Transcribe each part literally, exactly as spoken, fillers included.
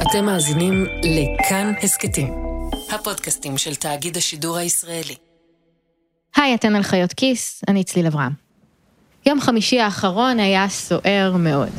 אתם מאזינים לכאן הסקטים, הפודקאסטים של תאגיד השידור הישראלי. היי, אתן על חיות כיס, אני צליל אברהם. יום חמישי האחרון היה סוער מאוד.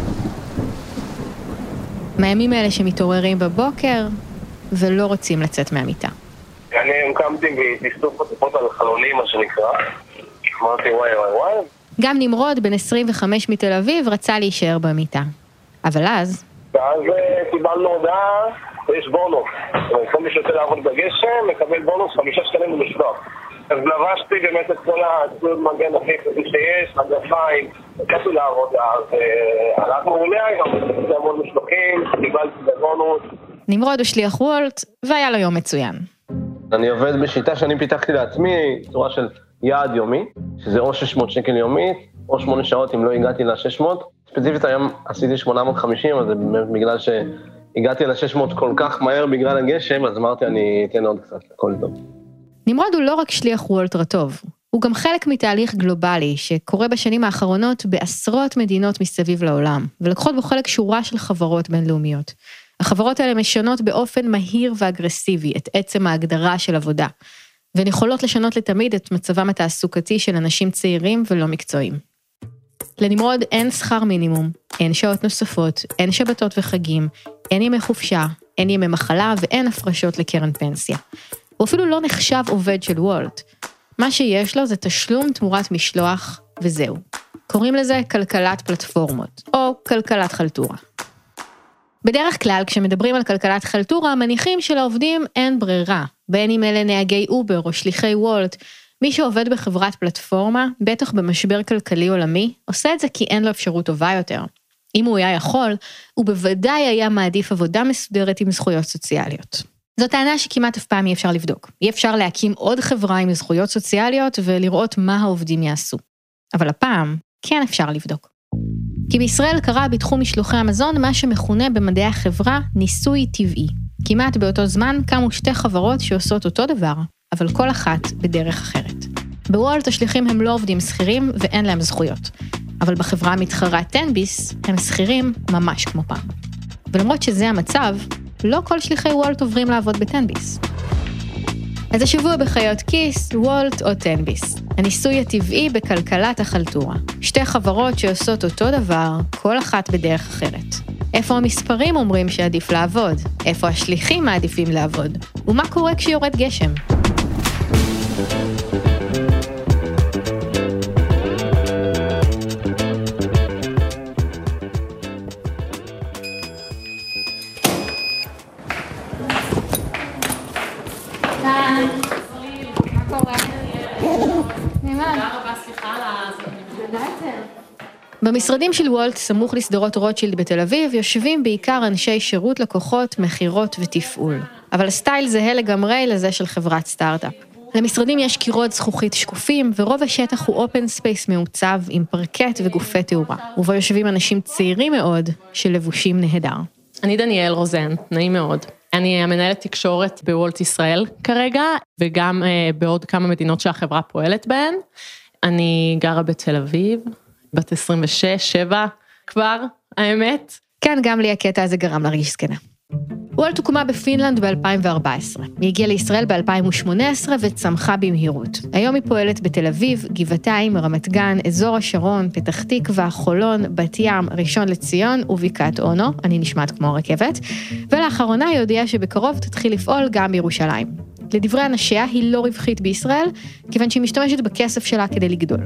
מהימים האלה שמתעוררים בבוקר ולא רוצים לצאת מהמיטה. אני קמתי והסתוף פוטפות על חלונים, מה שנקרא. אמרתי וואי וואי וואי. גם נמרוד, בן עשרים וחמש מתל אביב, רצה להישאר במיטה. אבל אז... ואז קיבלנו הודעה, יש בונוס. כל מי שיוצא לעבוד בגשם, מקבל בונוס חמישה שקלים ומשלוח. אז לבשתי באמת את כל הציוד מגן הכי כפי שיש, מגפיים, הקעתי לעבוד, אז הלכנו אולי, גם זה המון משלוחים, קיבלתי בבונוס. נמרוד הוא שליח וולט, והיה לו יום מצוין. אני עובד בשיטה שאני פיתחתי לעצמי, צורה של יעד יומי, שזה או שש מאות שקל יומית, או שמונה שעות אם לא הגעתי ל-שש מאות. ספציפית היום עשיתי שמונה מאות וחמישים, אז זה בגלל שהגעתי ל-שש מאות כל כך מהר בגלל הגשם, אז אמרתי אני אתן עוד קצת, הכל טוב. נמרוד הוא לא רק שליח וולט רטוב, הוא גם חלק מתהליך גלובלי שקורה בשנים האחרונות בעשרות מדינות מסביב לעולם, ולקחות בו חלק שורה של חברות בינלאומיות. החברות האלה משנות באופן מהיר ואגרסיבי את עצם ההגדרה של עבודה, והן יכולות לשנות לתמיד את מצבם התעסוקתי של אנשים צעירים ולא מקצועיים. לנמרוד אין שכר מינימום, אין שעות נוספות, אין שבתות וחגים, אין ימי חופשה, אין ימי מחלה ואין הפרשות לקרן פנסיה. הוא אפילו לא נחשב עובד של וולט. מה שיש לו זה תשלום תמורת משלוח וזהו. קוראים לזה כלכלת פלטפורמות, או כלכלת חלטורה. בדרך כלל, כשמדברים על כלכלת חלטורה, מניחים שלעובדים אין ברירה, בין אם אלה נהגי אובר או שליחי וולט, מי שעובד בחברת פלטפורמה, בטח במשבר כלכלי עולמי, עושה את זה כי אין לו אפשרות טובה יותר. אם הוא היה יכול, הוא בוודאי היה מעדיף עבודה מסודרת עם זכויות סוציאליות. זו טענה שכמעט אף פעם אי אפשר לבדוק. אי אפשר להקים עוד חברה עם זכויות סוציאליות ולראות מה העובדים יעשו. אבל הפעם כן אפשר לבדוק. כי בישראל קרה בתחום משלוחי המזון מה שמכונה במדעי החברה ניסוי טבעי. כמעט באותו זמן קמו שתי חברות שעושות אותו דבר, אבל כל אחת בדרך אחרת. בוולט השליחים הם לא עובדים שכירים ואין להם זכויות. אבל בחברה המתחרה תנביס הם שכירים ממש כמו פעם. ולמרות שזה המצב, לא כל שליחי וולט עוברים לעבוד בתנביס. אז השבוע בחיות כיס, וולט או תנביס. הניסוי הטבעי בכלכלת החלטורה. שתי חברות שעושות אותו דבר, כל אחת בדרך אחרת. איפה המספרים אומרים שעדיף לעבוד? איפה השליחים מעדיפים לעבוד? ומה קורה כשיורד גשם? במשרדים של וולט, סמוך לסדרות רוטשילד בתל אביב, יושבים בעיקר אנשי שירות לקוחות, מחירות ותפעול. אבל הסטייל זהה לגמרי לזה של חברת סטארט-אפ. למשרדים יש קירות זכוכית שקופים, ורוב השטח הוא אופן ספייס מעוצב עם פרקט וגופי תאורה. ובו יושבים אנשים צעירים מאוד שלבושים נהדר. אני דניאל רוזן, נעים מאוד. אני המנהלת תקשורת בוולט ישראל כרגע, וגם uh, בעוד כמה מדינות שהחברה פועלת בהן. אני גרה בתל אביב, בת עשרים ושש, שבע כבר, האמת. כן, גם לי הקטע הזה גרם להרגיש זקנה. וולט הוקמה בפינלנד ב-אלפיים וארבע עשרה. היא הגיעה לישראל ב-אלפיים ושמונה עשרה וצמחה במהירות. היום היא פועלת בתל אביב, גבעתיים, רמת גן, אזור השרון, פתח תקווה, חולון, בת ים, ראשון לציון ובקעת אונו, אני נשמעת כמו הרכבת, ולאחרונה היא הודיעה שבקרוב תתחיל לפעול גם בירושלים. לדברי אנשיה היא לא רווחית בישראל, כיוון שהיא משתמשת בכסף שלה כדי לגדול.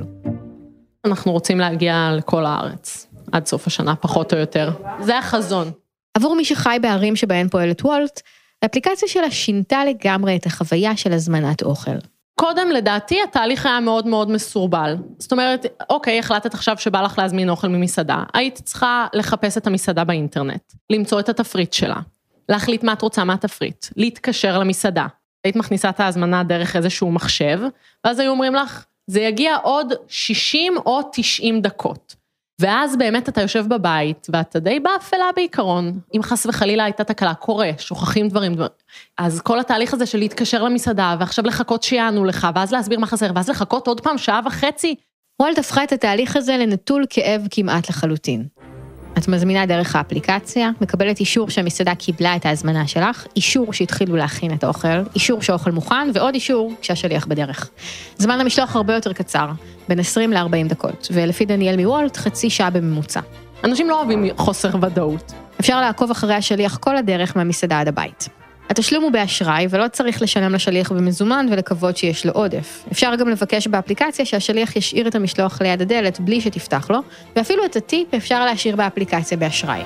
אנחנו רוצים להגיע לכל הארץ, עד סוף השנה, פחות או יותר. זה החזון. עבור מי שחי בערים שבהן פועלת וולט, האפליקציה שלה שינתה לגמרי את החוויה של הזמנת אוכל. קודם, לדעתי, התהליך היה מאוד מאוד מסורבל. זאת אומרת, אוקיי, החלטת עכשיו שבא לך להזמין אוכל ממסעדה, היית צריכה לחפש את המסעדה באינטרנט, למצוא את התפריט שלה, להחליט מה את רוצה מהתפריט, להתקשר למסעדה. היית מכניסה את ההזמנה דרך איזשהו מחשב, ואז היו אומרים לך, זה יגיע עוד שישים או תשעים דקות. ואז באמת אתה יושב בבית, ואתה די באפלה בעיקרון. אם חס וחלילה הייתה תקלה, קורה, שוכחים דברים, דברים. אז כל התהליך הזה של להתקשר למסעדה, ועכשיו לחכות שיענו לך, ואז להסביר מה חסר, ואז לחכות עוד פעם שעה וחצי. וולט הפכה את התהליך הזה לנטול כאב כמעט לחלוטין. את מזמינה דרך האפליקציה, מקבלת אישור שהמסעדה קיבלה את ההזמנה שלך, אישור שהתחילו להכין את האוכל, אישור שהאוכל מוכן, ועוד אישור כשהשליח בדרך. זמן המשלוח הרבה יותר קצר, בין עשרים ל-ארבעים דקות, ולפי דניאל מוולט, חצי שעה בממוצע. אנשים לא אוהבים חוסר ודאות. אפשר לעקוב אחרי השליח כל הדרך מהמסעדה עד הבית. התשלום הוא באשראי ולא צריך לשלם לשליח במזומן ולקוות שיש לו עודף. אפשר גם לבקש באפליקציה שהשליח ישאיר את המשלוח ליד הדלת בלי שתפתח לו, ואפילו את הטיפ אפשר להשאיר באפליקציה באשראי.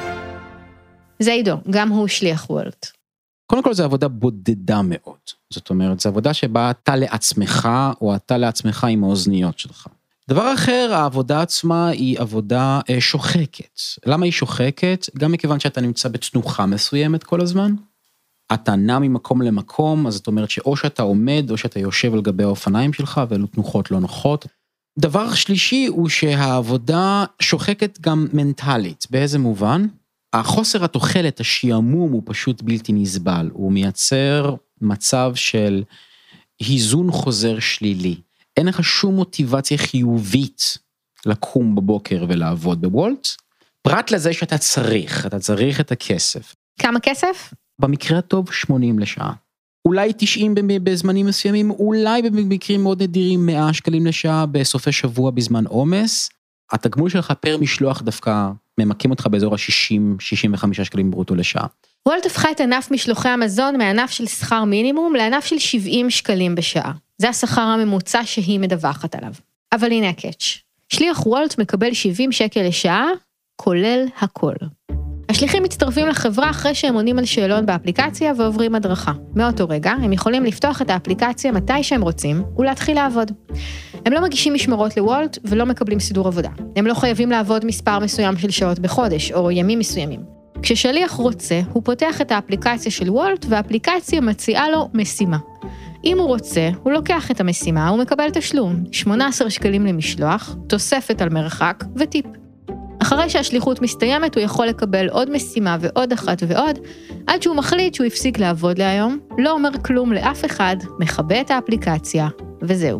זה עידו, גם הוא שליח וולט. קודם כל זו עבודה בודדה מאוד. זאת אומרת, זו עבודה שבה אתה לעצמך או אתה לעצמך עם האוזניות שלך. דבר אחר, העבודה עצמה היא עבודה שוחקת. למה היא שוחקת? גם מכיוון שאתה נמצא בתנוחה מסוימת כל הזמן. אתה נע ממקום למקום, אז זאת אומרת שאו שאתה עומד, או שאתה יושב על גבי האופניים שלך, ואלו תנוחות לא נוחות. דבר שלישי הוא שהעבודה שוחקת גם מנטלית. באיזה מובן? החוסר התוחלת, השיעמום הוא פשוט בלתי נסבל. הוא מייצר מצב של היזון חוזר שלילי. אין לך שום מוטיבציה חיובית לקום בבוקר ולעבוד בוולט, פרט לזה שאתה צריך, אתה צריך את הכסף. כמה כסף? במקרה הטוב שמונים לשעה. אולי תשעים בזמנים מסוימים, אולי במקרים מאוד נדירים מאה שקלים לשעה בסופי שבוע בזמן עומס. התגמול שלך פר משלוח דווקא ממקים אותך באזור ה-שישים שישים וחמישה שקלים ברוטו לשעה. וולט הפכה את ענף משלוחי המזון מענף של שכר מינימום לענף של שבעים שקלים בשעה. זה השכר הממוצע שהיא מדווחת עליו. אבל הנה הקאץ'. שליח וולט מקבל שבעים שקל לשעה, כולל הכל. השליחים מצטרפים לחברה אחרי שהם עונים על שאלון באפליקציה ועוברים הדרכה. מאותו רגע הם יכולים לפתוח את האפליקציה מתי שהם רוצים ולהתחיל לעבוד. הם לא מגישים משמרות לוולט ולא מקבלים סידור עבודה. הם לא חייבים לעבוד מספר מסוים של שעות בחודש או ימים מסוימים. כששליח רוצה, הוא פותח את האפליקציה של וולט והאפליקציה מציעה לו משימה. אם הוא רוצה, הוא לוקח את המשימה, הוא מקבל תשלום, שמונה עשר שקלים למשלוח, תוספת על מרחק וטיפ. אחרי שהשליחות מסתיימת, הוא יכול לקבל עוד משימה ועוד אחת ועוד, עד שהוא מחליט שהוא יפסיק לעבוד להיום, לא אומר כלום לאף אחד, מכבה את האפליקציה, וזהו.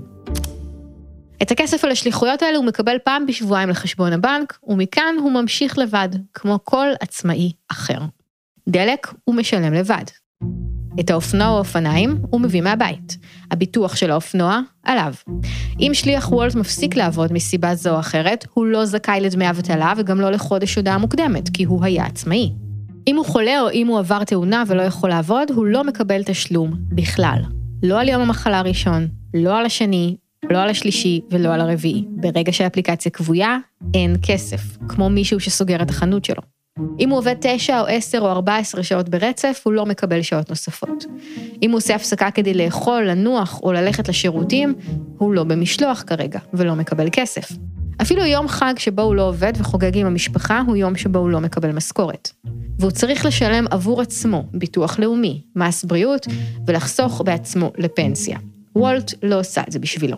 את הכסף על השליחויות האלה הוא מקבל פעם בשבועיים לחשבון הבנק, ומכאן הוא ממשיך לבד, כמו כל עצמאי אחר. דלק הוא משלם לבד. את האופנוע או האופניים הוא מביא מהבית. הביטוח של האופנוע עליו. אם שליח וולט מפסיק לעבוד מסיבה זו או אחרת, הוא לא זכאי לדמי אבטלה וגם לא לחודש הודעה מוקדמת, כי הוא היה עצמאי. אם הוא חולה או אם הוא עבר תאונה ולא יכול לעבוד, הוא לא מקבל תשלום בכלל. לא על יום המחלה הראשון, לא על השני, לא על השלישי ולא על הרביעי. ברגע שהאפליקציה קבויה, אין כסף, כמו מישהו שסוגר את החנות שלו. אם הוא עובד תשע או עשר או ארבע עשרה שעות ברצף, הוא לא מקבל שעות נוספות. אם הוא עושה הפסקה כדי לאכול, לנוח או ללכת לשירותים, הוא לא במשלוח כרגע ולא מקבל כסף. אפילו יום חג שבו הוא לא עובד וחוגג עם המשפחה, הוא יום שבו הוא לא מקבל משכורת. והוא צריך לשלם עבור עצמו ביטוח לאומי, מס בריאות ולחסוך בעצמו לפנסיה. וולט לא עושה את זה בשבילו.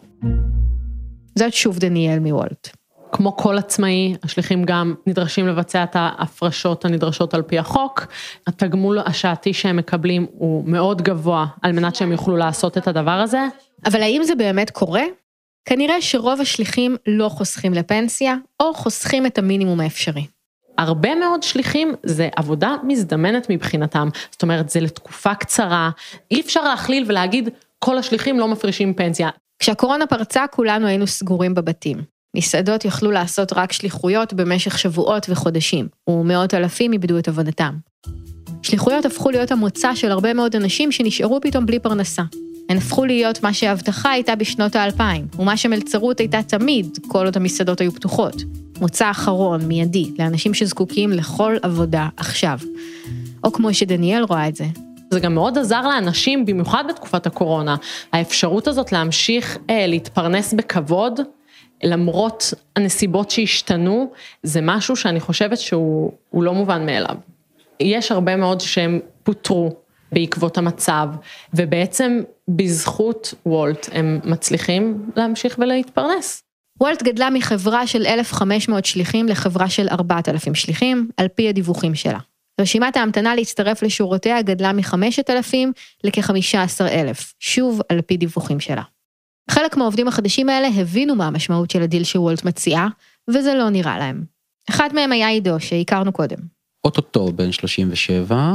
זאת שוב דניאל מוולט. כמו כל עצמאי, השליחים גם נדרשים לבצע את ההפרשות הנדרשות על פי החוק. התגמול השעתי שהם מקבלים הוא מאוד גבוה, על מנת שהם יוכלו לעשות את הדבר הזה. אבל האם זה באמת קורה? כנראה שרוב השליחים לא חוסכים לפנסיה, או חוסכים את המינימום האפשרי. הרבה מאוד שליחים זה עבודה מזדמנת מבחינתם. זאת אומרת, זה לתקופה קצרה. אי אפשר להכליל ולהגיד, כל השליחים לא מפרישים פנסיה. כשהקורונה פרצה, כולנו היינו סגורים בבתים. מסעדות יכלו לעשות רק שליחויות במשך שבועות וחודשים, ומאות אלפים איבדו את עבודתם. שליחויות הפכו להיות המוצא של הרבה מאוד אנשים שנשארו פתאום בלי פרנסה. הן הפכו להיות מה שההבטחה הייתה בשנות האלפיים, ומה שמלצרות הייתה תמיד, כל עוד המסעדות היו פתוחות. מוצא אחרון, מיידי, לאנשים שזקוקים לכל עבודה עכשיו. או כמו שדניאל רואה את זה. זה גם מאוד עזר לאנשים, במיוחד בתקופת הקורונה, האפשרות הזאת להמשיך אה, להתפרנס בכבוד, למרות הנסיבות שהשתנו, זה משהו שאני חושבת שהוא לא מובן מאליו. יש הרבה מאוד שהם פוטרו בעקבות המצב, ובעצם בזכות וולט הם מצליחים להמשיך ולהתפרנס. וולט גדלה מחברה של אלף וחמש מאות שליחים לחברה של ארבעת אלפים שליחים, על פי הדיווחים שלה. רשימת ההמתנה להצטרף לשורותיה גדלה מ-חמשת אלפים לכ-חמישה עשר אלף, שוב על פי דיווחים שלה. חלק מהעובדים החדשים האלה הבינו מה המשמעות של הדיל שוולט מציעה, וזה לא נראה להם. אחד מהם היה עידו, שהכרנו קודם. אוטוטו בן שלושים ושבע,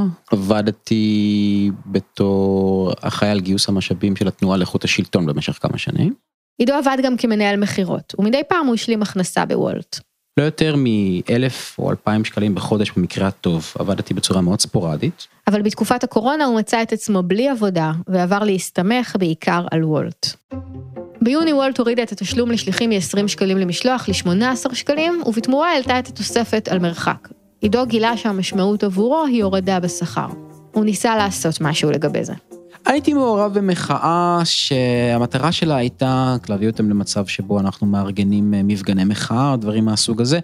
עבדתי בתור אחראי על גיוס המשאבים של התנועה לאיכות השלטון במשך כמה שנים. עידו עבד גם כמנהל מחירות, ומדי פעם הוא השלים הכנסה בוולט. לא יותר מאלף או אלפיים שקלים בחודש במקרה הטוב, עבדתי בצורה מאוד ספורדית. אבל בתקופת הקורונה הוא מצא את עצמו בלי עבודה, ועבר להסתמך בעיקר על וולט. ביוני וולט הורידה את התשלום לשליחים מ-עשרים שקלים למשלוח ל-שמונה עשר שקלים, ובתמורה העלתה את התוספת על מרחק. עידו גילה שהמשמעות עבורו היא הורדה בשכר. הוא ניסה לעשות משהו לגבי זה. הייתי מעורב במחאה שהמטרה שלה הייתה להביא אותם למצב שבו אנחנו מארגנים מפגני מחאה או דברים מהסוג הזה.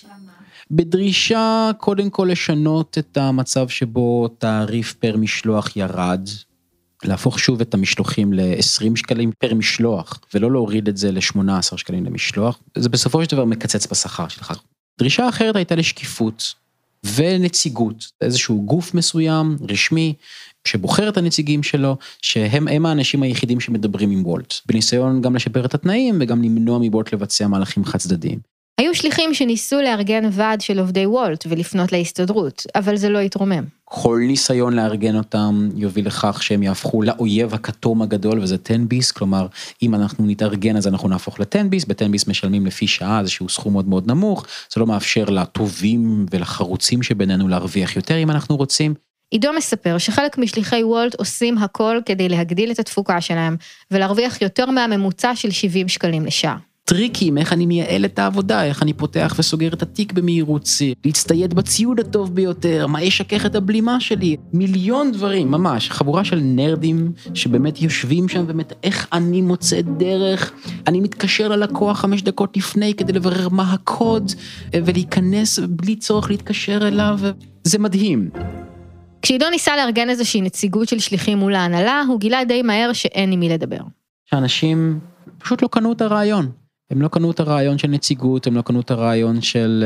בדרישה קודם כל לשנות את המצב שבו תעריף פר משלוח ירד, להפוך שוב את המשלוחים ל-עשרים שקלים פר משלוח, ולא להוריד את זה ל-שמונה עשר שקלים למשלוח. זה בסופו של דבר מקצץ בשכר שלך. דרישה אחרת הייתה לשקיפות ונציגות, איזשהו גוף מסוים, רשמי, שבוחר את הנציגים שלו, שהם הם האנשים היחידים שמדברים עם וולט, בניסיון גם לשפר את התנאים, וגם למנוע מבולט לבצע מהלכים חד צדדיים. היו שליחים שניסו לארגן ועד של עובדי וולט ולפנות להסתדרות, אבל זה לא התרומם. כל ניסיון לארגן אותם יוביל לכך שהם יהפכו לאויב הכתום הגדול, וזה טן ביס, כלומר, אם אנחנו נתארגן אז אנחנו נהפוך לטן ביס, בטן ביס משלמים לפי שעה, איזשהו סכום מאוד מאוד נמוך, זה לא מאפשר לטובים ולחרוצים שבינינו להרוויח יותר אם אנחנו רוצים. עידו מספר שחלק משליחי וולט עושים הכל כדי להגדיל את התפוקה שלהם, ולהרוויח יותר מהממוצע של שבעים שקלים לשעה. טריקים, איך אני מייעל את העבודה, איך אני פותח וסוגר את התיק במהירות שיא, להצטייד בציוד הטוב ביותר, מה ישכח את הבלימה שלי, מיליון דברים, ממש, חבורה של נרדים שבאמת יושבים שם, באמת איך אני מוצא דרך, אני מתקשר ללקוח חמש דקות לפני כדי לברר מה הקוד, ולהיכנס בלי צורך להתקשר אליו, זה מדהים. כשעידו ניסה לארגן איזושהי נציגות של שליחים מול ההנהלה, הוא גילה די מהר שאין עם מי לדבר. שאנשים פשוט לא קנו את הרעיון. הם לא קנו את הרעיון של נציגות, הם לא קנו את הרעיון של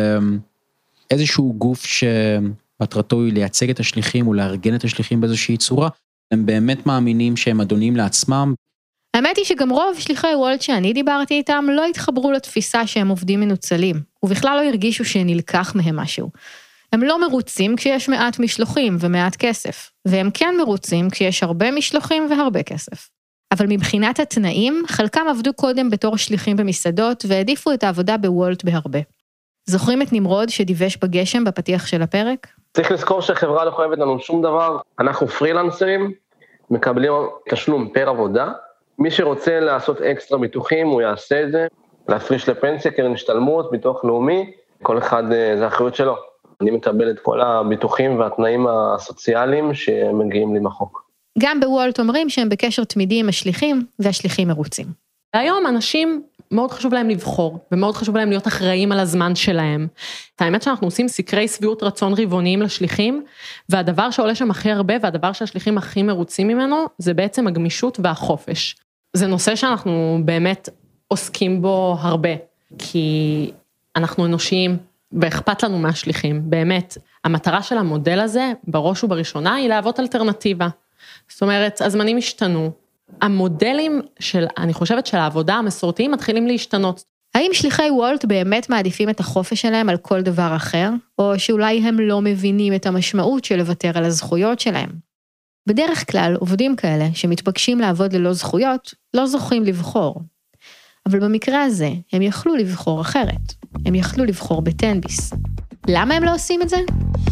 איזשהו גוף שמטרתו היא לייצג את השליחים או לארגן את השליחים באיזושהי צורה. הם באמת מאמינים שהם אדונים לעצמם. האמת היא שגם רוב שליחי וולט שאני דיברתי איתם לא התחברו לתפיסה שהם עובדים מנוצלים, ובכלל לא הרגישו שנלקח מהם משהו. הם לא מרוצים כשיש מעט משלוחים ומעט כסף, והם כן מרוצים כשיש הרבה משלוחים והרבה כסף. אבל מבחינת התנאים, חלקם עבדו קודם בתור שליחים במסעדות, והעדיפו את העבודה בוולט בהרבה. זוכרים את נמרוד שדיווש בגשם בפתיח של הפרק? צריך לזכור שהחברה לא חייבת לנו שום דבר, אנחנו פרילנסרים, מקבלים תשלום פר עבודה, מי שרוצה לעשות אקסטרה ביטוחים, הוא יעשה את זה, להפריש לפנסיה, קרן השתלמות, ביטוח לאומי, כל אחד זה האחריות שלו. אני מקבל את כל הביטוחים והתנאים הסוציאליים שמגיעים לי מחוק. גם בוולט אומרים שהם בקשר תמידי עם השליחים, והשליחים מרוצים. היום אנשים מאוד חשוב להם לבחור, ומאוד חשוב להם להיות אחראים על הזמן שלהם. האמת שאנחנו עושים סקרי שביעות רצון רבעוניים לשליחים, והדבר שעולה שם הכי הרבה, והדבר שהשליחים הכי מרוצים ממנו, זה בעצם הגמישות והחופש. זה נושא שאנחנו באמת עוסקים בו הרבה, כי אנחנו אנושיים, ואכפת לנו מהשליחים. באמת, המטרה של המודל הזה, בראש ובראשונה, היא להוות אלטרנטיבה. זאת אומרת, הזמנים השתנו. המודלים של, אני חושבת של העבודה המסורתיים מתחילים להשתנות. האם שליחי וולט באמת מעדיפים את החופש שלהם על כל דבר אחר, או שאולי הם לא מבינים את המשמעות של לוותר על הזכויות שלהם? בדרך כלל, עובדים כאלה שמתבקשים לעבוד ללא זכויות, לא זוכים לבחור. אבל במקרה הזה, הם יכלו לבחור אחרת. הם יכלו לבחור בטן ביס. למה הם לא עושים את זה?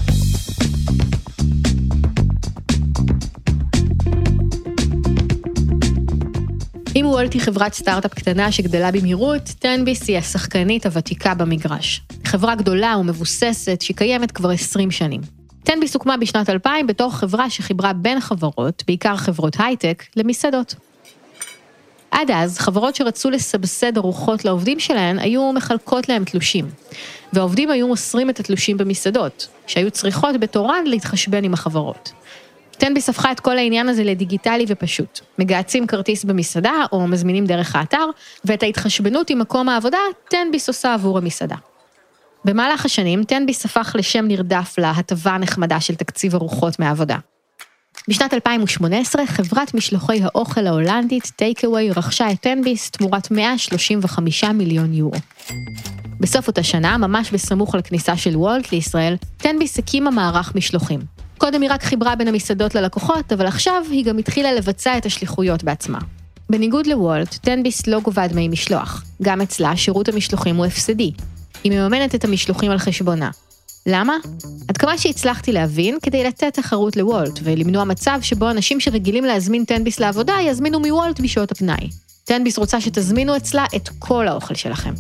אם וולט היא חברת סטארט-אפ קטנה שגדלה במהירות, טן ביס היא השחקנית הוותיקה במגרש. חברה גדולה ומבוססת שקיימת כבר עשרים שנים. טן ביס הוקמה בשנת אלפיים בתור חברה שחיברה בין חברות, בעיקר חברות הייטק, למסעדות. עד אז, חברות שרצו לסבסד ארוחות לעובדים שלהן, היו מחלקות להם תלושים. והעובדים היו מוסרים את התלושים במסעדות, שהיו צריכות בתורן להתחשבן עם החברות. טן ביס הפכה את כל העניין הזה לדיגיטלי ופשוט. מגעצים כרטיס במסעדה או מזמינים דרך האתר, ואת ההתחשבנות עם מקום העבודה, טן ביס עושה עבור המסעדה. במהלך השנים, טן ביס הפך לשם נרדף להטבה נחמדה של תקציב ארוחות מהעבודה. בשנת אלפיים ושמונה עשרה, חברת משלוחי האוכל ההולנדית, טייקאווי, רכשה את טן ביס תמורת מאה שלושים וחמישה מיליון יורו. בסוף אותה שנה, ממש בסמוך על כניסה של וולט לישראל, תן-ביס הקימה מערך משלוחים. קודם היא רק חיברה בין המסעדות ללקוחות, אבל עכשיו היא גם התחילה לבצע את השליחויות בעצמה. בניגוד לוולט, תן-ביס לא גובה דמי משלוח. גם אצלה שירות המשלוחים הוא הפסדי. היא מממנת את המשלוחים על חשבונה. למה? עד כמה שהצלחתי להבין, כדי לתת תחרות לוולט ולמנוע מצב שבו אנשים שרגילים להזמין תן-ביס לעבודה יזמינו מוולט בשעות הפנאי. תן-ביס רוצה שתזמינו אצלה את כל האוכל שלכם.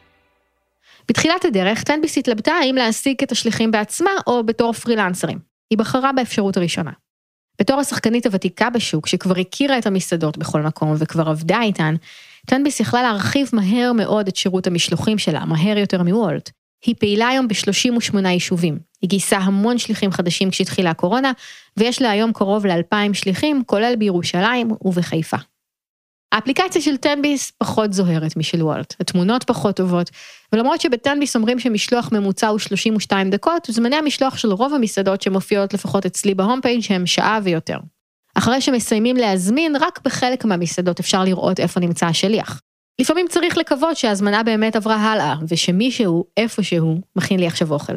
בתחילת הדרך, תן-ביס התלבטה האם להעסיק את השליחים בעצמה או בתור פרילנסרים. היא בחרה באפשרות הראשונה. בתור השחקנית הוותיקה בשוק, שכבר הכירה את המסעדות בכל מקום וכבר עבדה איתן, תן-ביס יכלה להרחיב מהר מאוד את שירות המשלוחים שלה, מהר יותר מוולט. היא פעילה היום ב-שלושים ושמונה יישובים. היא גייסה המון שליחים חדשים כשהתחילה הקורונה, ויש לה היום קרוב ל-אלפיים שליחים, כולל בירושלים ובחיפה. האפליקציה של תן-ביס פחות זוהרת משל וולט, התמונות פחות טובות, ולמרות שבתן-ביס אומרים שמשלוח ממוצע הוא שלושים ושתיים דקות, זמני המשלוח של רוב המסעדות שמופיעות לפחות אצלי בהומפייג' הם שעה ויותר. אחרי שמסיימים להזמין, רק בחלק מהמסעדות אפשר לראות איפה נמצא השליח. לפעמים צריך לקוות שההזמנה באמת עברה הלאה, ושמישהו, איפשהו, מכין לי עכשיו אוכל.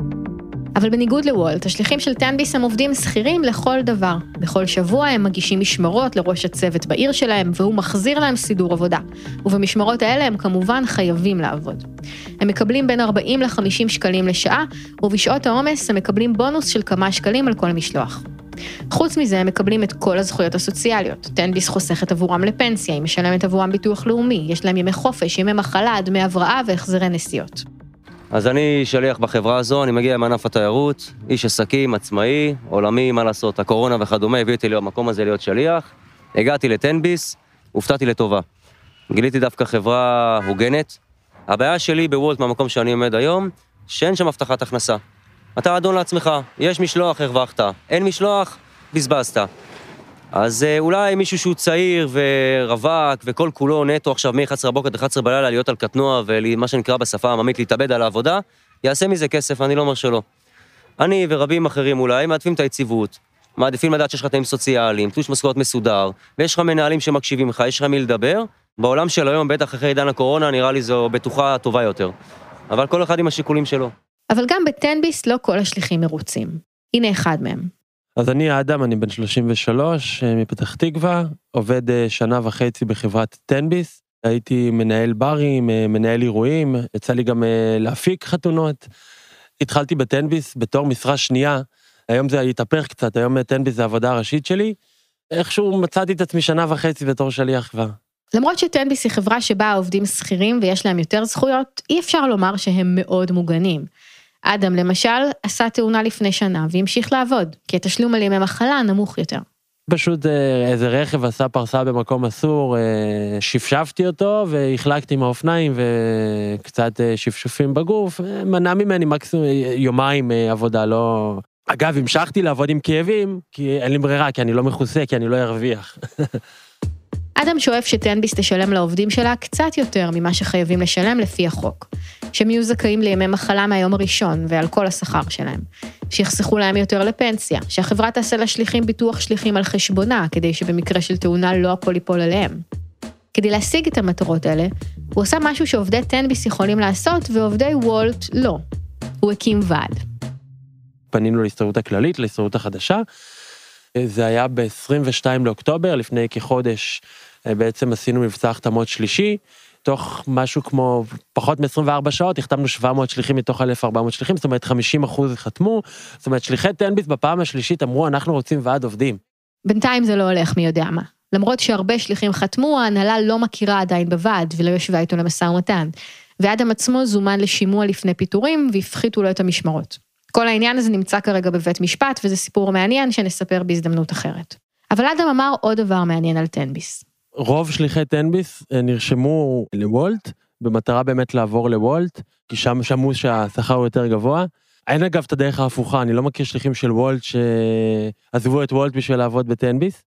אבל בניגוד לוולט, השליחים של תן-ביס הם עובדים שכירים לכל דבר. בכל שבוע הם מגישים משמרות לראש הצוות בעיר שלהם, והוא מחזיר להם סידור עבודה. ובמשמרות האלה הם כמובן חייבים לעבוד. הם מקבלים בין ארבעים לחמישים שקלים לשעה, ובשעות העומס הם מקבלים בונוס של כמה שקלים על כל משלוח. חוץ מזה הם מקבלים את כל הזכויות הסוציאליות. תן-ביס חוסכת עבורם לפנסיה, היא משלמת עבורם ביטוח לאומי, יש להם ימי חופש, ימי מחלה, דמי הבראה והחזרי נסיעות. אז אני שליח בחברה הזו, אני מגיע מענף התיירות, איש עסקים, עצמאי, עולמי, מה לעשות, הקורונה וכדומה, הביא אותי למקום הזה להיות שליח, הגעתי לתן-ביס, הופתעתי לטובה. גיליתי דווקא חברה הוגנת. הבעיה שלי בוולט מהמקום שאני עומד היום, שאין שם הבטחת הכנסה. אתה אדון לעצמך, יש משלוח, הרווחת, אין משלוח, בזבזת. אז אולי מישהו שהוא צעיר ורווק וכל כולו נטו עכשיו מ-אחת עשרה בבוקר עד אחת עשרה בלילה להיות על קטנוע ומה שנקרא בשפה העממית להתאבד על העבודה, יעשה מזה כסף, אני לא אומר שלא. אני ורבים אחרים אולי מעדיפים את היציבות, מעדיפים לדעת שיש לך תנאים סוציאליים, תלוש משכורת מסודר, ויש לך מנהלים שמקשיבים לך, יש לך מי לדבר. בעולם של היום, בטח אחרי עידן הקורונה, נראה לי זו בטוחה טובה יותר. אבל כל אחד עם השיקולים שלו. אבל גם בתן-ביס לא כל השליחים מרוצים. הנה אחד מהם. אז אני האדם, אני בן שלושים ושלוש, מפתח תקווה, עובד שנה וחצי בחברת תן-ביס, הייתי מנהל ברים, מנהל אירועים, יצא לי גם להפיק חתונות. התחלתי בתן-ביס בתור משרה שנייה, היום זה התהפך קצת, היום תן-ביס זה העבודה הראשית שלי, איכשהו מצאתי את עצמי שנה וחצי בתור שליח כבר. למרות שתן-ביס היא חברה שבה העובדים שכירים ויש להם יותר זכויות, אי אפשר לומר שהם מאוד מוגנים. אדם למשל עשה תאונה לפני שנה והמשיך לעבוד, כי התשלום על ימי מחלה נמוך יותר. פשוט איזה רכב עשה פרסה במקום אסור, שפשפתי אותו והחלקתי עם האופניים וקצת שפשופים בגוף, מנע ממני מקסימום יומיים עבודה, לא... אגב, המשכתי לעבוד עם כאבים, כי אין לי ברירה, כי אני לא מכוסה, כי אני לא ארוויח. אדם שואף שתן-ביס תשלם לעובדים שלה קצת יותר ממה שחייבים לשלם לפי החוק. שהם יהיו זכאים לימי מחלה מהיום הראשון ועל כל השכר שלהם. שיחסכו להם יותר לפנסיה. שהחברה תעשה לשליחים ביטוח שליחים על חשבונה, כדי שבמקרה של תאונה לא הכל ייפול עליהם. כדי להשיג את המטרות האלה, הוא עושה משהו שעובדי תן-ביס יכולים לעשות ועובדי וולט לא. הוא הקים ועד. פנינו להסתדרות הכללית, להסתדרות החדשה. זה היה ב-עשרים ושניים לאוקטובר, לפני כחודש בעצם עשינו מבצע החתמות שלישי, תוך משהו כמו פחות מ-עשרים וארבע שעות, החתמנו שבע מאות שליחים מתוך אלף וארבע מאות שליחים, זאת אומרת חמישים אחוז חתמו, זאת אומרת שליחי תן-ביס בפעם השלישית אמרו, אנחנו רוצים ועד עובדים. בינתיים זה לא הולך מי יודע מה. למרות שהרבה שליחים חתמו, ההנהלה לא מכירה עדיין בוועד, ולא יושבה איתו למשא ומתן. ואדם עצמו זומן לשימוע לפני פיטורים, והפחיתו לו את המשמרות. כל העניין הזה נמצא כרגע בבית משפט, וזה סיפור מעניין שנספר בהזדמנות אחרת. אבל אדם אמר עוד דבר מעניין על תן-ביס. רוב שליחי תן-ביס נרשמו לוולט, במטרה באמת לעבור לוולט, כי שם שמעו שהשכר הוא יותר גבוה. אין אגב את הדרך ההפוכה, אני לא מכיר שליחים של וולט שעזבו את וולט בשביל לעבוד בתן-ביס.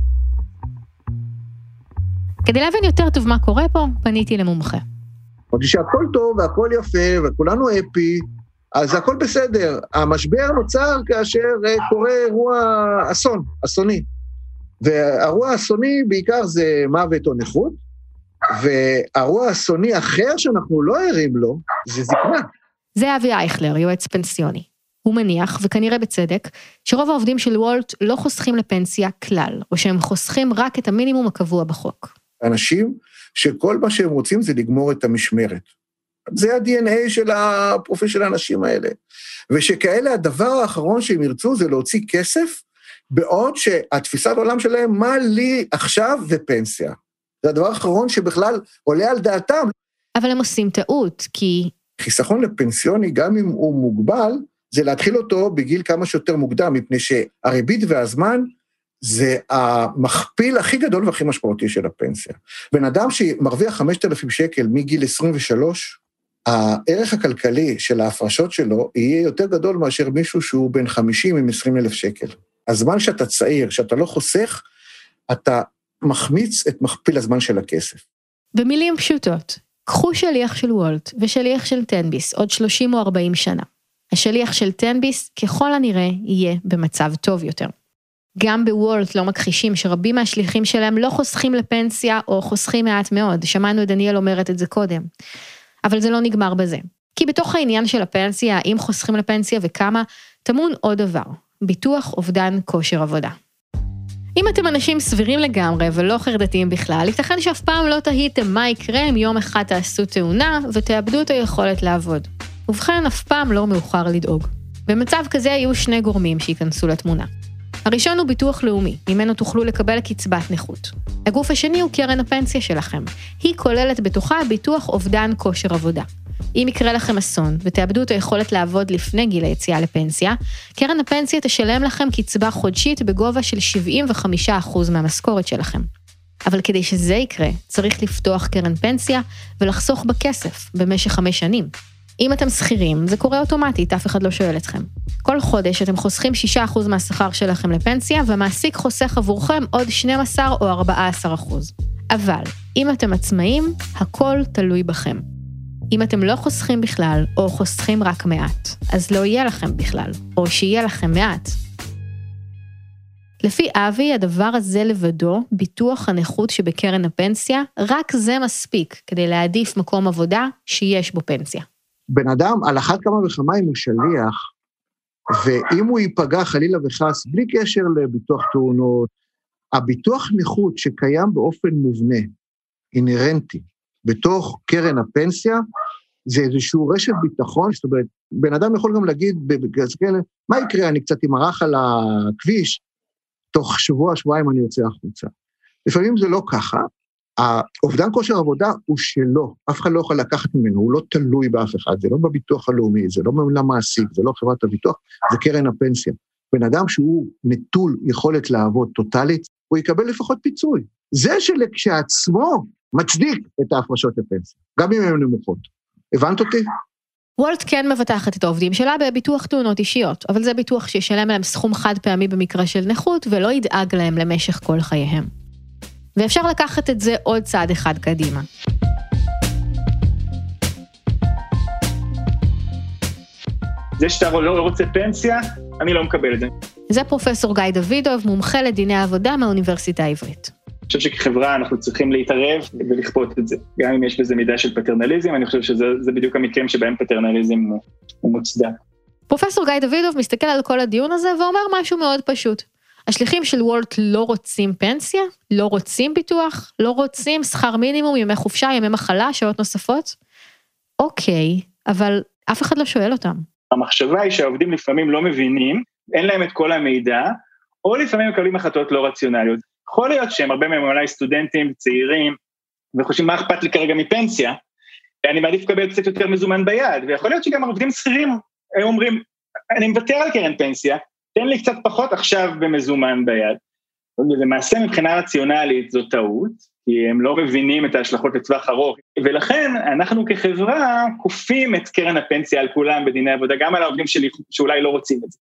כדי להבין יותר טוב מה קורה פה, פניתי למומחה. חושי שהכל טוב והכל יפה וכולנו אפי, אז הכל בסדר. המשבר נוצר כאשר קורה אירוע אסון, אסוני. והאירוע האסוני בעיקר זה מוות או נכות, והאירוע אסוני אחר שאנחנו לא ערים לו, זה זקנה. זה אבי אייכלר, יועץ פנסיוני. הוא מניח, וכנראה בצדק, שרוב העובדים של וולט לא חוסכים לפנסיה כלל, או שהם חוסכים רק את המינימום הקבוע בחוק. אנשים שכל מה שהם רוצים זה לגמור את המשמרת. זה ה-די אן איי של הפרופיל של האנשים האלה. ושכאלה הדבר האחרון שהם ירצו זה להוציא כסף, בעוד שהתפיסת העולם שלהם, מה לי עכשיו ופנסיה. זה הדבר האחרון שבכלל עולה על דעתם. אבל הם עושים טעות, כי... חיסכון לפנסיוני, גם אם הוא מוגבל, זה להתחיל אותו בגיל כמה שיותר מוקדם, מפני שהריבית והזמן זה המכפיל הכי גדול והכי משמעותי של הפנסיה. בן אדם שמרוויח חמשת אלפים שקל מגיל עשרים ושלוש, הערך הכלכלי של ההפרשות שלו יהיה יותר גדול מאשר מישהו שהוא בן חמישים עם עשרים אלף שקל. הזמן שאתה צעיר, שאתה לא חוסך, אתה מחמיץ את מכפיל הזמן של הכסף. במילים פשוטות, קחו שליח של וולט ושליח של תנביס עוד שלושים או ארבעים שנה. השליח של תנביס ככל הנראה יהיה במצב טוב יותר. גם בוולט לא מכחישים שרבים מהשליחים שלהם לא חוסכים לפנסיה או חוסכים מעט מאוד. שמענו את דניאל אומרת את זה קודם. אבל זה לא נגמר בזה. כי בתוך העניין של הפנסיה, האם חוסכים לפנסיה וכמה, תמון עוד דבר, ביטוח אובדן כושר עבודה. אם אתם אנשים סבירים לגמרי ולא חרדתיים בכלל, ייתכן שאף פעם לא תהיתם מה יקרה אם יום אחד תעשו תאונה ותאבדו את היכולת לעבוד. ובכן, אף פעם לא מאוחר לדאוג. במצב כזה יהיו שני גורמים שיכנסו לתמונה. הראשון הוא ביטוח לאומי, ממנו תוכלו לקבל קצבת נכות. הגוף השני הוא קרן הפנסיה שלכם. היא כוללת בתוכה ביטוח אובדן כושר עבודה. אם יקרה לכם אסון ותאבדו את היכולת לעבוד לפני גיל היציאה לפנסיה, קרן הפנסיה תשלם לכם קצבה חודשית בגובה של שבעים וחמישה אחוז מהמשכורת שלכם. אבל כדי שזה יקרה, צריך לפתוח קרן פנסיה ולחסוך בכסף במשך חמש שנים. אם אתם שכירים, זה קורה אוטומטית, אף אחד לא שואל אתכם. כל חודש אתם חוסכים שישה אחוז מהשכר שלכם לפנסיה, והמעסיק חוסך עבורכם עוד שנים עשר או ארבעה עשר אחוז. אבל, אם אתם עצמאים, הכל תלוי בכם. אם אתם לא חוסכים בכלל, או חוסכים רק מעט, אז לא יהיה לכם בכלל, או שיהיה לכם מעט. לפי אבי, הדבר הזה לבדו, ביטוח הנכות שבקרן הפנסיה, רק זה מספיק כדי להעדיף מקום עבודה שיש בו פנסיה. בן אדם, על אחת כמה וכמה אם הוא שליח, ואם הוא ייפגע חלילה וחס, בלי קשר לביטוח תאונות, הביטוח נכות שקיים באופן מובנה, אינרנטי, בתוך קרן הפנסיה, זה איזשהו רשת ביטחון, זאת אומרת, בן אדם יכול גם להגיד, מה יקרה, אני קצת אמרח על הכביש, תוך שבוע, שבועיים אני יוצא החוצה. לפעמים זה לא ככה, האובדן כושר עבודה הוא שלו, אף אחד לא יכול לקחת ממנו, הוא לא תלוי באף אחד, זה לא בביטוח הלאומי, זה לא למעסיק, זה לא חברת הביטוח, זה קרן הפנסיה. בן אדם שהוא נטול יכולת לעבוד טוטלית, הוא יקבל לפחות פיצוי. זה שלכשעצמו מצדיק את ההפרשות לפנסיה, גם אם הן נמוכות. הבנת אותי? וולט כן מבטחת את העובדים שלה בביטוח תאונות אישיות, אבל זה ביטוח שישלם להם סכום חד פעמי במקרה של נכות, ולא ידאג להם למשך כל חייהם. ואפשר לקחת את זה עוד צעד אחד קדימה. זה שאתה לא רוצה פנסיה, אני לא מקבל את זה. זה פרופסור גיא דוידוב, מומחה לדיני העבודה מהאוניברסיטה העברית. אני חושב שכחברה אנחנו צריכים להתערב ולכפות את זה. גם אם יש בזה מידה של פטרנליזם, אני חושב שזה בדיוק המקרים שבהם פטרנליזם הוא, הוא מוצדק. פרופסור גיא דוידוב מסתכל על כל הדיון הזה ואומר משהו מאוד פשוט. השליחים של וולט לא רוצים פנסיה, לא רוצים ביטוח, לא רוצים שכר מינימום, ימי חופשה, ימי מחלה, שעות נוספות. אוקיי, אבל אף אחד לא שואל אותם. המחשבה היא שהעובדים לפעמים לא מבינים, אין להם את כל המידע, או לפעמים מקבלים החלטות לא רציונליות. יכול להיות שהם הרבה מהם אולי סטודנטים, צעירים, וחושבים מה אכפת לי כרגע מפנסיה, אני מעדיף לקבל קצת יותר מזומן ביד, ויכול להיות שגם העובדים שכירים, הם אומרים, אני מוותר על קרן פנסיה, תן לי קצת פחות עכשיו במזומן ביד. ולמעשה מבחינה רציונלית זו טעות, כי הם לא מבינים את ההשלכות לטווח ארוך, ולכן אנחנו כחברה כופים את קרן הפנסיה על כולם בדיני עבודה, גם על העובדים שלי שאולי לא רוצים את זה.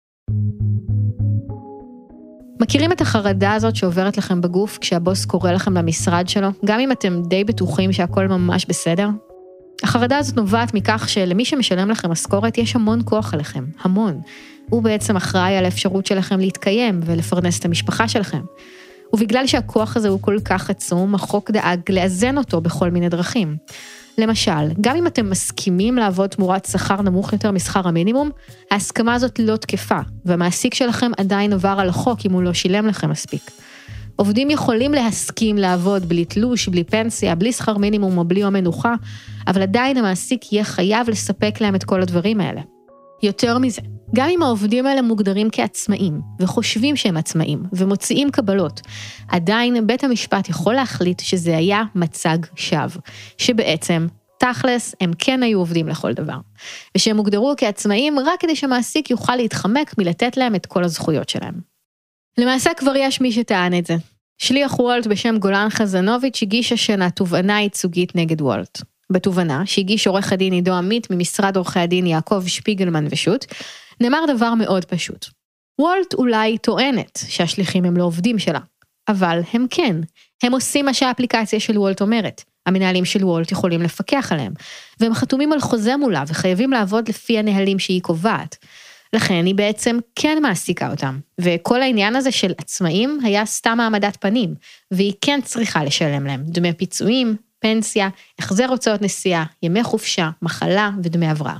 מכירים את החרדה הזאת שעוברת לכם בגוף כשהבוס קורא לכם למשרד שלו, גם אם אתם די בטוחים שהכל ממש בסדר? החרדה הזאת נובעת מכך שלמי שמשלם לכם משכורת יש המון כוח עליכם, המון. הוא בעצם אחראי על האפשרות שלכם להתקיים ולפרנס את המשפחה שלכם. ובגלל שהכוח הזה הוא כל כך עצום, החוק דאג לאזן אותו בכל מיני דרכים. למשל, גם אם אתם מסכימים לעבוד תמורת שכר נמוך יותר משכר המינימום, ההסכמה הזאת לא תקפה, והמעסיק שלכם עדיין עבר על החוק אם הוא לא שילם לכם מספיק. עובדים יכולים להסכים לעבוד בלי תלוש, בלי פנסיה, בלי שכר מינימום או בלי יום מנוחה, אבל עדיין המעסיק יהיה חייב לספק להם את כל הדברים האלה. יותר מזה, גם אם העובדים האלה מוגדרים כעצמאים, וחושבים שהם עצמאים, ומוציאים קבלות, עדיין בית המשפט יכול להחליט שזה היה מצג שווא, שבעצם, תכלס, הם כן היו עובדים לכל דבר, ושהם הוגדרו כעצמאים רק כדי שהמעסיק יוכל להתחמק מלתת להם את כל הזכויות שלהם. למעשה כבר יש מי שטען את זה. שליח וולט בשם גולן חזנוביץ' הגיש השנה תובענה ייצוגית נגד וולט. בתובענה, שהגיש עורך הדין עידו עמית ממשרד עורכי הדין יעקב שפיגלמן ושות, נאמר דבר מאוד פשוט. וולט אולי טוענת שהשליחים הם לא עובדים שלה, אבל הם כן. הם עושים מה שהאפליקציה של וולט אומרת. המנהלים של וולט יכולים לפקח עליהם, והם חתומים על חוזה מולה וחייבים לעבוד לפי הנהלים שהיא קובעת. לכן היא בעצם כן מעסיקה אותם, וכל העניין הזה של עצמאים היה סתם העמדת פנים, והיא כן צריכה לשלם להם דמי פיצויים, פנסיה, החזר הוצאות נסיעה, ימי חופשה, מחלה ודמי הבראה.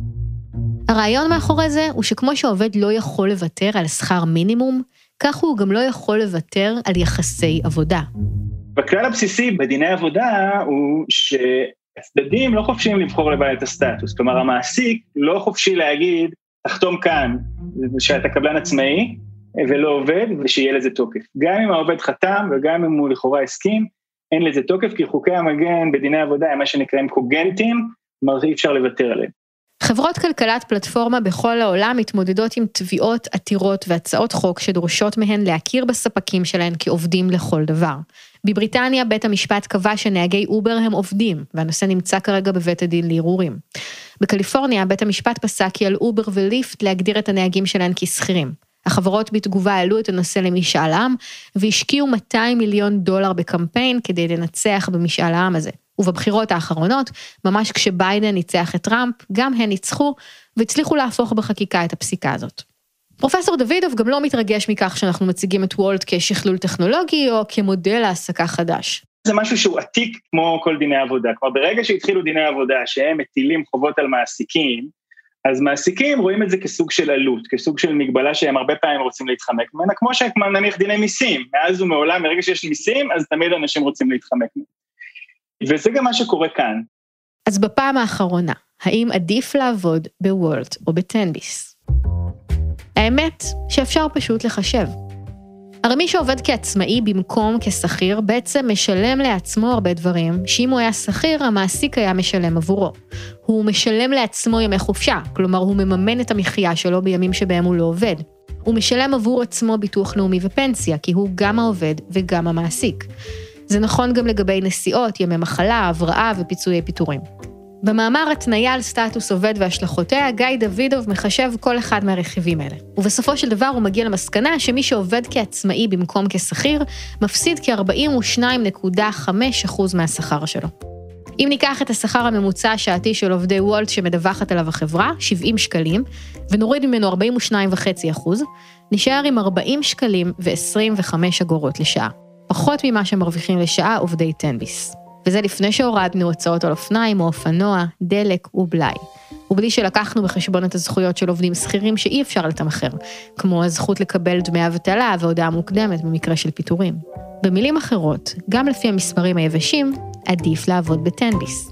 הרעיון מאחורי זה הוא שכמו שהעובד לא יכול לוותר על שכר מינימום, כך הוא גם לא יכול לוותר על יחסי עבודה. בכלל הבסיסי בדיני עבודה הוא שהצדדים לא חופשיים לבחור לבעל את הסטטוס, כלומר המעסיק לא חופשי להגיד, תחתום כאן שאתה קבלן עצמאי ולא עובד ושיהיה לזה תוקף. גם אם העובד חתם וגם אם הוא לכאורה הסכים, אין לזה תוקף, כי חוקי המגן בדיני עבודה הם מה שנקראים קוגנטים, כלומר אי אפשר לוותר עליהם. חברות כלכלת פלטפורמה בכל העולם מתמודדות עם תביעות, עתירות והצעות חוק שדורשות מהן להכיר בספקים שלהן כעובדים לכל דבר. בבריטניה בית המשפט קבע שנהגי אובר הם עובדים, והנושא נמצא כרגע בבית הדין לערעורים. בקליפורניה בית המשפט פסק כי על אובר וליפט להגדיר את הנהגים שלהן כשכירים. החברות בתגובה העלו את הנושא למשאל עם, והשקיעו מאתיים מיליון דולר בקמפיין כדי לנצח במשאל העם הזה. ובבחירות האחרונות, ממש כשביידן ניצח את טראמפ, גם הן ניצחו והצליחו להפוך בחקיקה את הפסיקה הזאת. פרופסור דוידוב גם לא מתרגש מכך שאנחנו מציגים את וולט כשכלול טכנולוגי או כמודל העסקה חדש. זה משהו שהוא עתיק כמו כל דיני עבודה. כלומר, ברגע שהתחילו דיני עבודה שהם מטילים חובות על מעסיקים, אז מעסיקים רואים את זה כסוג של עלות, כסוג של מגבלה שהם הרבה פעמים רוצים להתחמק ממנה, כמו שנניח דיני מיסים. מאז ומעולם, מרגע שיש מיסים, אז תמיד אנשים רוצים להתחמק ממנה. וזה גם מה שקורה כאן. אז בפעם האחרונה, האם עדיף לעבוד בוולט או בטנביס? האמת שאפשר פשוט לחשב. הרי מי שעובד כעצמאי במקום כשכיר בעצם משלם לעצמו הרבה דברים, שאם הוא היה שכיר, המעסיק היה משלם עבורו. הוא משלם לעצמו ימי חופשה, כלומר הוא מממן את המחיה שלו בימים שבהם הוא לא עובד. הוא משלם עבור עצמו ביטוח לאומי ופנסיה, כי הוא גם העובד וגם המעסיק. זה נכון גם לגבי נסיעות, ימי מחלה, הבראה ופיצויי פיטורים. במאמר התניה על סטטוס עובד והשלכותיה, גיא דוידוב מחשב כל אחד מהרכיבים האלה. ובסופו של דבר הוא מגיע למסקנה שמי שעובד כעצמאי במקום כשכיר, מפסיד כ-ארבעים ושתיים נקודה חמש אחוז מהשכר שלו. אם ניקח את השכר הממוצע השעתי של עובדי וולט שמדווחת עליו החברה, שבעים שקלים, ונוריד ממנו ארבעים ושתיים נקודה חמש אחוז, נשאר עם ארבעים שקלים ו-עשרים וחמש אגורות לשעה. פחות ממה שמרוויחים לשעה עובדי טנביס. וזה לפני שהורדנו הוצאות על אופניים או אופנוע, דלק ובלי. ובלי שלקחנו בחשבון את הזכויות של עובדים שכירים שאי אפשר לתמחר, כמו הזכות לקבל דמי אבטלה והודעה מוקדמת במקרה של פיטורים. במילים אחרות, גם לפי המספרים היבשים, עדיף לעבוד בטנביס.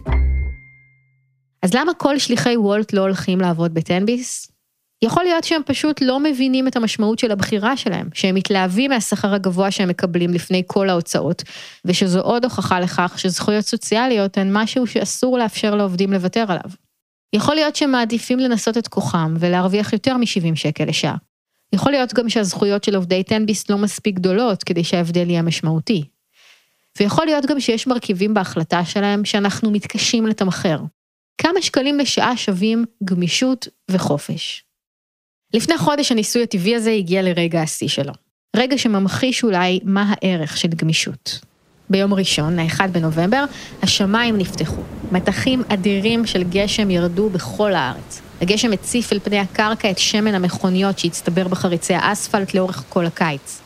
אז למה כל שליחי וולט לא הולכים לעבוד בטנביס? יכול להיות שהם פשוט לא מבינים את המשמעות של הבחירה שלהם, שהם מתלהבים מהשכר הגבוה שהם מקבלים לפני כל ההוצאות, ושזו עוד הוכחה לכך שזכויות סוציאליות הן משהו שאסור לאפשר לעובדים לוותר עליו. יכול להיות שהם מעדיפים לנסות את כוחם ולהרוויח יותר מ-שבעים שקל לשעה. יכול להיות גם שהזכויות של עובדי טנביס לא מספיק גדולות כדי שההבדל יהיה משמעותי. ויכול להיות גם שיש מרכיבים בהחלטה שלהם שאנחנו מתקשים לתמחר. כמה שקלים לשעה שווים גמישות וחופש. לפני חודש הניסוי הטבעי הזה הגיע לרגע השיא שלו. רגע שממחיש אולי מה הערך של גמישות. ביום ראשון, ה-אחד בנובמבר, השמיים נפתחו. מתחים אדירים של גשם ירדו בכל הארץ. הגשם הציף אל פני הקרקע את שמן המכוניות שהצטבר בחריצי האספלט לאורך כל הקיץ.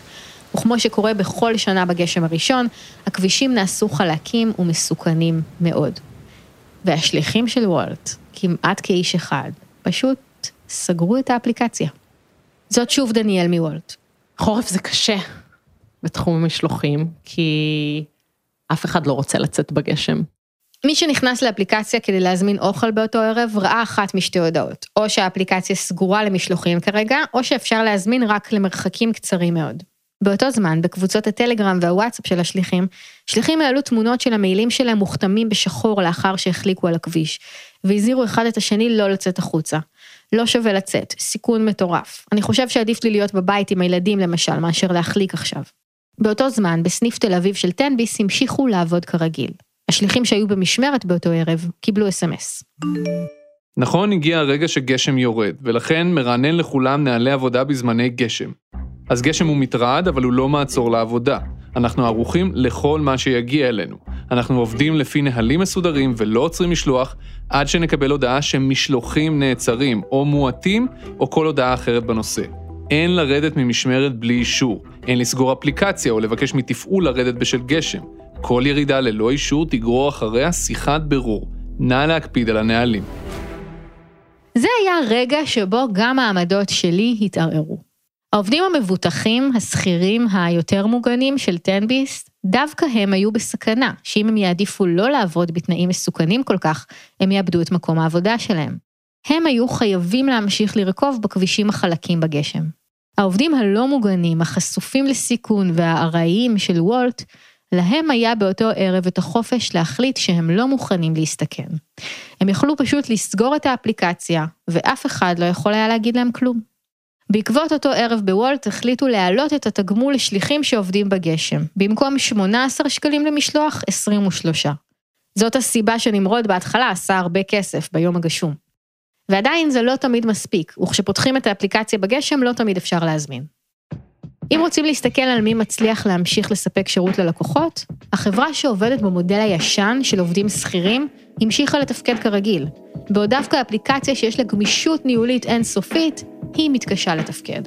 וכמו שקורה בכל שנה בגשם הראשון, הכבישים נעשו חלקים ומסוכנים מאוד. והשליחים של וולט, כמעט כאיש אחד, פשוט סגרו את האפליקציה. זאת שוב דניאל מוולט. חורף זה קשה בתחום המשלוחים, כי אף אחד לא רוצה לצאת בגשם. מי שנכנס לאפליקציה כדי להזמין אוכל באותו ערב, ראה אחת משתי הודעות. או שהאפליקציה סגורה למשלוחים כרגע, או שאפשר להזמין רק למרחקים קצרים מאוד. באותו זמן, בקבוצות הטלגרם והוואטסאפ של השליחים, שליחים העלו תמונות של המיילים שלהם מוכתמים בשחור לאחר שהחליקו על הכביש, והזהירו אחד את השני לא לצאת החוצה. לא שווה לצאת, סיכון מטורף. אני חושב שעדיף לי להיות בבית עם הילדים למשל, מאשר להחליק עכשיו. באותו זמן, בסניף תל אביב של טנביס, המשיכו לעבוד כרגיל. השליחים שהיו במשמרת באותו ערב, קיבלו אס אם אס. נכון, הגיע הרגע שגשם יורד, ולכן מרענן לכולם נעלי עבודה בזמני גשם. אז גשם הוא מטרד, אבל הוא לא מעצור לעבודה. אנחנו ערוכים לכל מה שיגיע אלינו. אנחנו עובדים לפי נהלים מסודרים ולא עוצרים משלוח, עד שנקבל הודעה שמשלוחים נעצרים, או מועטים, או כל הודעה אחרת בנושא. אין לרדת ממשמרת בלי אישור. אין לסגור אפליקציה או לבקש מתפעול לרדת בשל גשם. כל ירידה ללא אישור תגרור אחריה שיחת בירור. נא להקפיד על הנהלים. זה היה רגע שבו גם העמדות שלי התערערו. העובדים המבוטחים, השכירים היותר מוגנים של טנביס, דווקא הם היו בסכנה, שאם הם יעדיפו לא לעבוד בתנאים מסוכנים כל כך, הם יאבדו את מקום העבודה שלהם. הם היו חייבים להמשיך לרכוב בכבישים החלקים בגשם. העובדים הלא מוגנים, החשופים לסיכון והארעיים של וולט, להם היה באותו ערב את החופש להחליט שהם לא מוכנים להסתכן. הם יכלו פשוט לסגור את האפליקציה, ואף אחד לא יכול היה להגיד להם כלום. בעקבות אותו ערב בוולט החליטו להעלות את התגמול לשליחים שעובדים בגשם. במקום שמונה עשר שקלים למשלוח, עשרים ושלוש. זאת הסיבה שנמרוד בהתחלה עשה הרבה כסף ביום הגשום. ועדיין זה לא תמיד מספיק, וכשפותחים את האפליקציה בגשם לא תמיד אפשר להזמין. אם רוצים להסתכל על מי מצליח להמשיך לספק שירות ללקוחות, החברה שעובדת במודל הישן של עובדים שכירים, המשיכה לתפקד כרגיל. בעוד דווקא האפליקציה שיש לה גמישות ניהולית אינסופית, היא מתקשה לתפקד.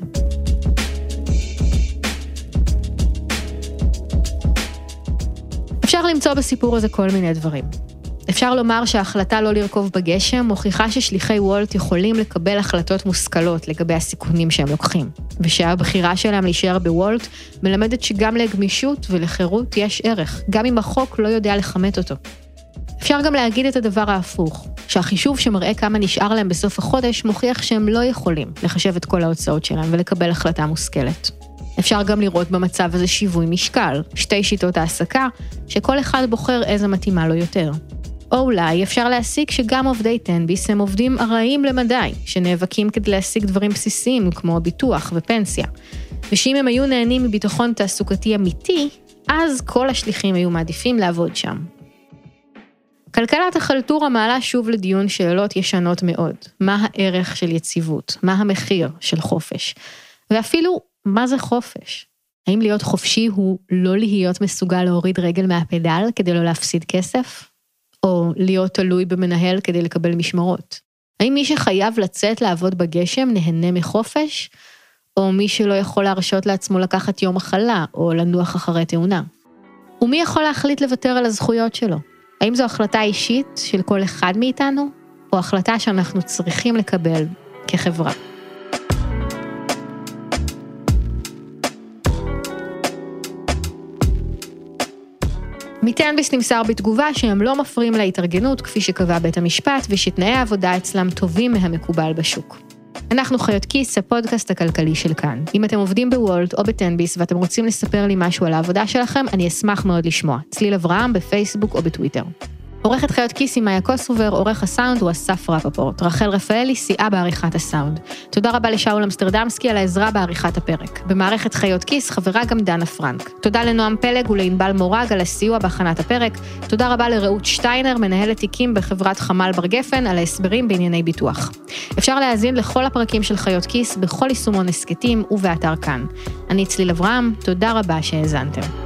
אפשר למצוא בסיפור הזה כל מיני דברים. אפשר לומר שההחלטה לא לרכוב בגשם מוכיחה ששליחי וולט יכולים לקבל החלטות מושכלות לגבי הסיכונים שהם לוקחים, ושהבחירה שלהם להישאר בוולט מלמדת שגם לגמישות ולחירות יש ערך, גם אם החוק לא יודע לכמת אותו. אפשר גם להגיד את הדבר ההפוך, שהחישוב שמראה כמה נשאר להם בסוף החודש מוכיח שהם לא יכולים לחשב את כל ההוצאות שלהם ולקבל החלטה מושכלת. אפשר גם לראות במצב הזה שיווי משקל, שתי שיטות העסקה, שכל אחד בוחר איזה מתאימה לו יותר. או אולי אפשר להסיק שגם עובדי טנביס הם עובדים ארעיים למדי, שנאבקים כדי להשיג דברים בסיסיים כמו ביטוח ופנסיה, ושאם הם היו נהנים מביטחון תעסוקתי אמיתי, אז כל השליחים היו מעדיפים לעבוד שם. כלכלת החלטורה מעלה שוב לדיון שאלות ישנות מאוד. מה הערך של יציבות? מה המחיר של חופש? ואפילו, מה זה חופש? האם להיות חופשי הוא לא להיות מסוגל להוריד רגל מהפדל כדי לא להפסיד כסף? או להיות תלוי במנהל כדי לקבל משמרות? האם מי שחייב לצאת לעבוד בגשם נהנה מחופש? או מי שלא יכול להרשות לעצמו לקחת יום מחלה או לנוח אחרי תאונה? ומי יכול להחליט לוותר על הזכויות שלו? האם זו החלטה אישית של כל אחד מאיתנו, או החלטה שאנחנו צריכים לקבל כחברה? מטנביס נמסר בתגובה שהם לא מפריעים להתארגנות כפי שקבע בית המשפט, ושתנאי העבודה אצלם טובים מהמקובל בשוק. אנחנו חיות כיס, הפודקאסט הכלכלי של כאן. אם אתם עובדים בוולט או בטנביס ואתם רוצים לספר לי משהו על העבודה שלכם, אני אשמח מאוד לשמוע. צליל אברהם בפייסבוק או בטוויטר. עורכת חיות כיס עם מאיה קוסובר, עורך הסאונד הוא אסף רפפורט. רחל רפאלי סייעה בעריכת הסאונד. תודה רבה לשאול אמסטרדמסקי על העזרה בעריכת הפרק. במערכת חיות כיס חברה גם דנה פרנק. תודה לנועם פלג ולענבל מורג על הסיוע בהכנת הפרק. תודה רבה לרעות שטיינר, מנהלת תיקים בחברת חמל בר גפן, על ההסברים בענייני ביטוח. אפשר להאזין לכל הפרקים של חיות כיס בכל יישומון הסקטים ובאתר כאן. אני צליל אברהם, תודה רבה שהאזנתם.